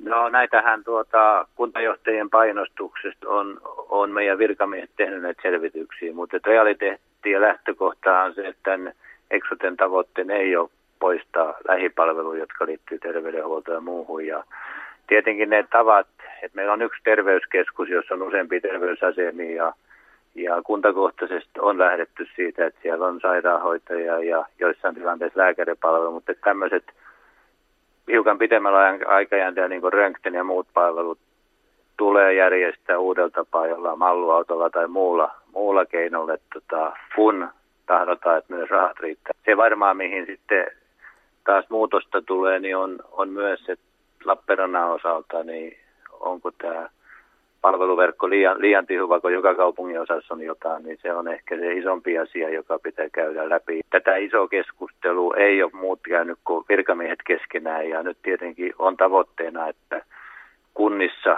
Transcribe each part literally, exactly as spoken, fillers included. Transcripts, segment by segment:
No näitähän tuota, kuntajohtajien painostuksesta on, on meidän virkamiehet tehneet näitä selvityksiä, mutta realiteetti ja lähtökohta on se, että tämän Eksoten tavoitteen ei ole poistaa lähipalveluja, jotka liittyy terveydenhuoltoon ja muuhun. Ja tietenkin ne tavat, että meillä on yksi terveyskeskus, jossa on useampia terveysasemia ja, ja kuntakohtaisesti on lähdetty siitä, että siellä on sairaanhoitajia ja joissain tilanteissa lääkäripalvelu, mutta tämmöiset hiukan pitemmällä aikajänteellä niin kuin röntgen ja muut palvelut tulee järjestää uudella tapaa jollain malluautolla tai muulla, muulla keinolla, että tota, kun tahdotaan, että myös rahat riittää. Se varmaan, mihin sitten taas muutosta tulee, niin on, on myös, että Lappeenrannan osalta, niin onko tämä palveluverkko liian, liian tihuva, kun joka kaupungin osassa on jotain, niin se on ehkä se isompi asia, joka pitää käydä läpi. Tätä isoa keskustelua ei ole muut käynyt kuin virkamiehet keskenään, ja nyt tietenkin on tavoitteena, että kunnissa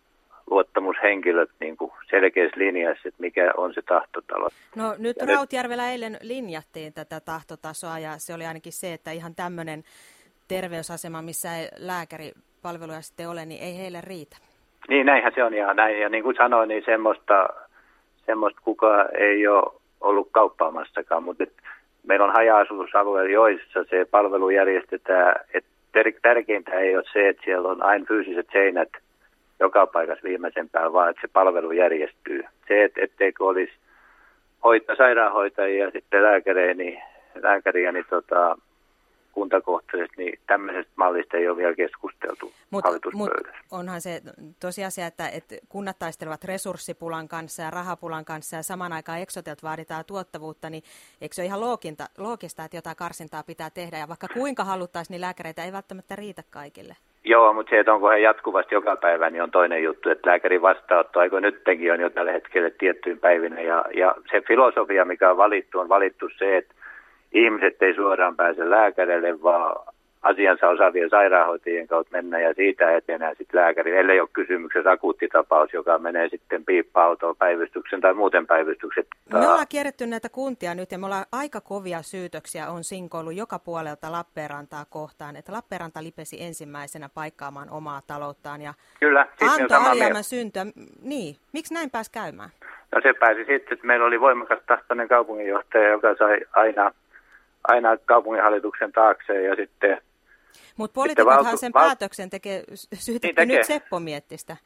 luottamushenkilöt niin kuin selkeässä linjassa, että mikä on se tahtotalo. No nyt ja Rautjärvellä nyt eilen linjattiin tätä tahtotasoa, ja se oli ainakin se, että ihan tämmöinen terveysasema, missä ei lääkäripalveluja sitten ole, niin ei heille riitä. Niin, näinhän se on, ja, näin, ja niin kuin sanoin, niin semmoista, semmoista kukaan ei ole ollut kauppaamassakaan, mutta meillä on haja-asutusalueilla, joissa se palvelu järjestetään, että tärkeintä ei ole se, että siellä on aina fyysiset seinät joka paikassa viimeisen päällä, vaan että se palvelu järjestyy. Se, että etteikö olisi hoita, sairaanhoitajia ja sitten lääkäriä, niin, lääkäriä, niin tota, kuntakohtaisesti, niin tämmöisestä mallista ei ole vielä keskusteltu mut, hallituspöydässä. Mut onhan se tosiasia, että, että kunnat taistelevat resurssipulan kanssa ja rahapulan kanssa ja saman aikaan Eksotelta vaaditaan tuottavuutta, niin eikö se ole ihan looginta, loogista, että jotain karsintaa pitää tehdä ja vaikka kuinka haluttaisiin, niin lääkäreitä ei välttämättä riitä kaikille. Joo, mutta se, että onko he jatkuvasti joka päivä, niin on toinen juttu, että lääkärin vastaanotto, aiko nytkin on jo tällä hetkellä tiettyyn päivinä. Ja, ja se filosofia, mikä on valittu, on valittu se, että ihmiset ei suoraan pääse lääkärille, vaan asiansa osaavien sairaanhoitajien kautta mennä ja siitä etenee sitten lääkäri. Ellei ole kysymyksessä akuuttitapaus, joka menee sitten piippa-autoon päivystyksen tai muuten päivystyksen. Me ollaan kierretty näitä kuntia nyt ja me ollaan aika kovia syytöksiä on sinkoillut joka puolelta Lappeenrantaa kohtaan, että Lappeenranta lipesi ensimmäisenä paikkaamaan omaa talouttaan ja Kyllä, antoi alijäämän syntyä. Niin, miksi näin pääsi käymään? No se pääsi sitten, että meillä oli voimakas tahtoinen kaupunginjohtaja, joka sai aina, aina kaupunginhallituksen taakse ja sitten mutta poliitikothan valtu, sen val... päätöksen tekee, syytetty niin nyt Seppo Miettistä.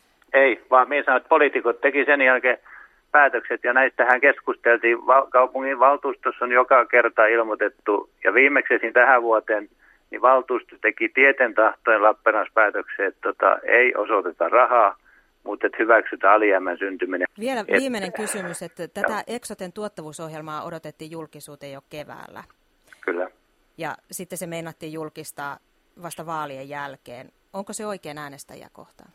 Ei, vaan minä sanoin, että poliitikot teki sen jälkeen päätökset ja näistähän keskusteltiin. Val- kaupungin valtuustossa on joka kerta ilmoitettu ja viimeksi siinä tähän vuoteen niin valtuusto teki tieten tahtojen Lappeenrannassa päätöksen, että tota, ei osoiteta rahaa, mutta että hyväksytään alijäämän syntyminen. Vielä viimeinen että, kysymys, että tätä jo. Eksoten tuottavuusohjelmaa odotettiin julkisuuteen jo keväällä. Kyllä. Ja sitten se meinattiin julkistaa vasta vaalien jälkeen. Onko se oikein äänestäjiä kohtaan?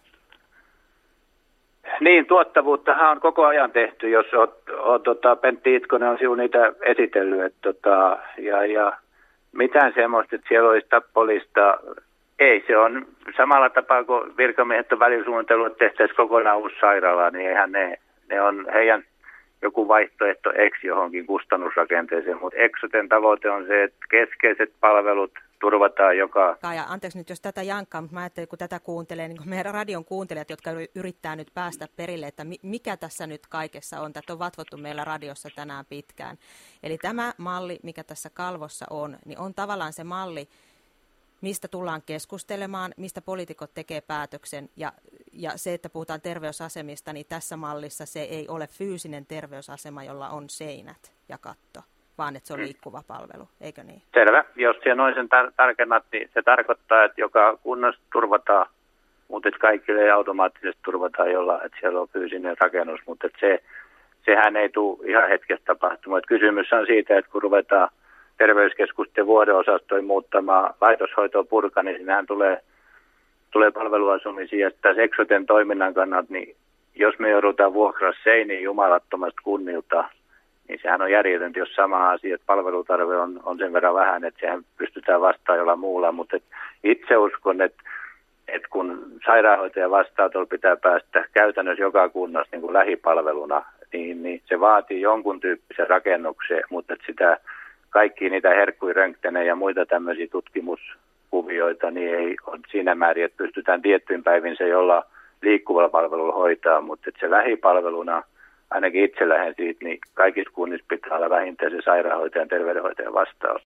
Niin, tuottavuuttahan on koko ajan tehty, jos oot, oot, tota, Pentti Itkonen on sinun niitä esitellyt. Et, tota, ja, ja mitään semmoista, että siellä olisi tappolista. Ei, se on samalla tapaa kuin virkamiehet on välisuunnitellut, että tehtäisiin kokonaan uusi sairaala, niin eihän ne, ne on heidän joku vaihtoehto X johonkin kustannusrakenteeseen, mutta Eksoten tavoite on se, että keskeiset palvelut turvataan joka... Kaija, anteeksi nyt, jos tätä jankkaa, mutta mä ajattelin, kun tätä kuuntelee, niin kun meidän radion kuuntelijat, jotka yrittää nyt päästä perille, että mikä tässä nyt kaikessa on. Tätä on vatvottu meillä radiossa tänään pitkään. Eli tämä malli, mikä tässä kalvossa on, niin on tavallaan se malli, mistä tullaan keskustelemaan, mistä poliitikot tekee päätöksen. Ja, ja se, että puhutaan terveysasemista, niin tässä mallissa se ei ole fyysinen terveysasema, jolla on seinät ja katto, vaan että se on liikkuva palvelu, eikö niin? Selvä. Jos siellä noin sen tar- tarkennat, niin se tarkoittaa, että joka kunnassa turvataan, mutta että kaikille ei automaattisesti turvataan, jolla, että siellä on fyysinen rakennus, mutta että se, sehän ei tule ihan hetkessä tapahtumaan. Että kysymys on siitä, että kun ruvetaan terveyskeskusten vuodeosastoja muuttamaan laitoshoitoa purka, niin sinähän tulee, tulee palveluasumisia. Ja tässä Eksoten toiminnan kannalta, niin jos me joudutaan vuokraa seiniin jumalattomasta kunnilta, niin sehän on järjetöntä, jos sama asia, että palvelutarve on, on sen verran vähän, että sehän pystytään vastaamaan jollain muulla. Mutta itse uskon, että, että kun sairaanhoitajan vastaanotolla pitää päästä käytännössä joka kunnassa niin kuin lähipalveluna, niin, niin se vaatii jonkun tyyppisen rakennuksen, mutta että sitä kaikki niitä herkkuja, röntgenejä ja muita tämmöisiä tutkimus kuvioita, niin ei ole siinä määrin, että pystytään tiettyyn päivin se jolla liikkuvalla palvelulla hoitaa, mutta että se lähipalveluna, ainakin itse lähden siitä, niin kaikissa kunnissa pitää olla vähintään se sairaanhoitajan ja terveydenhoitajan vastaus.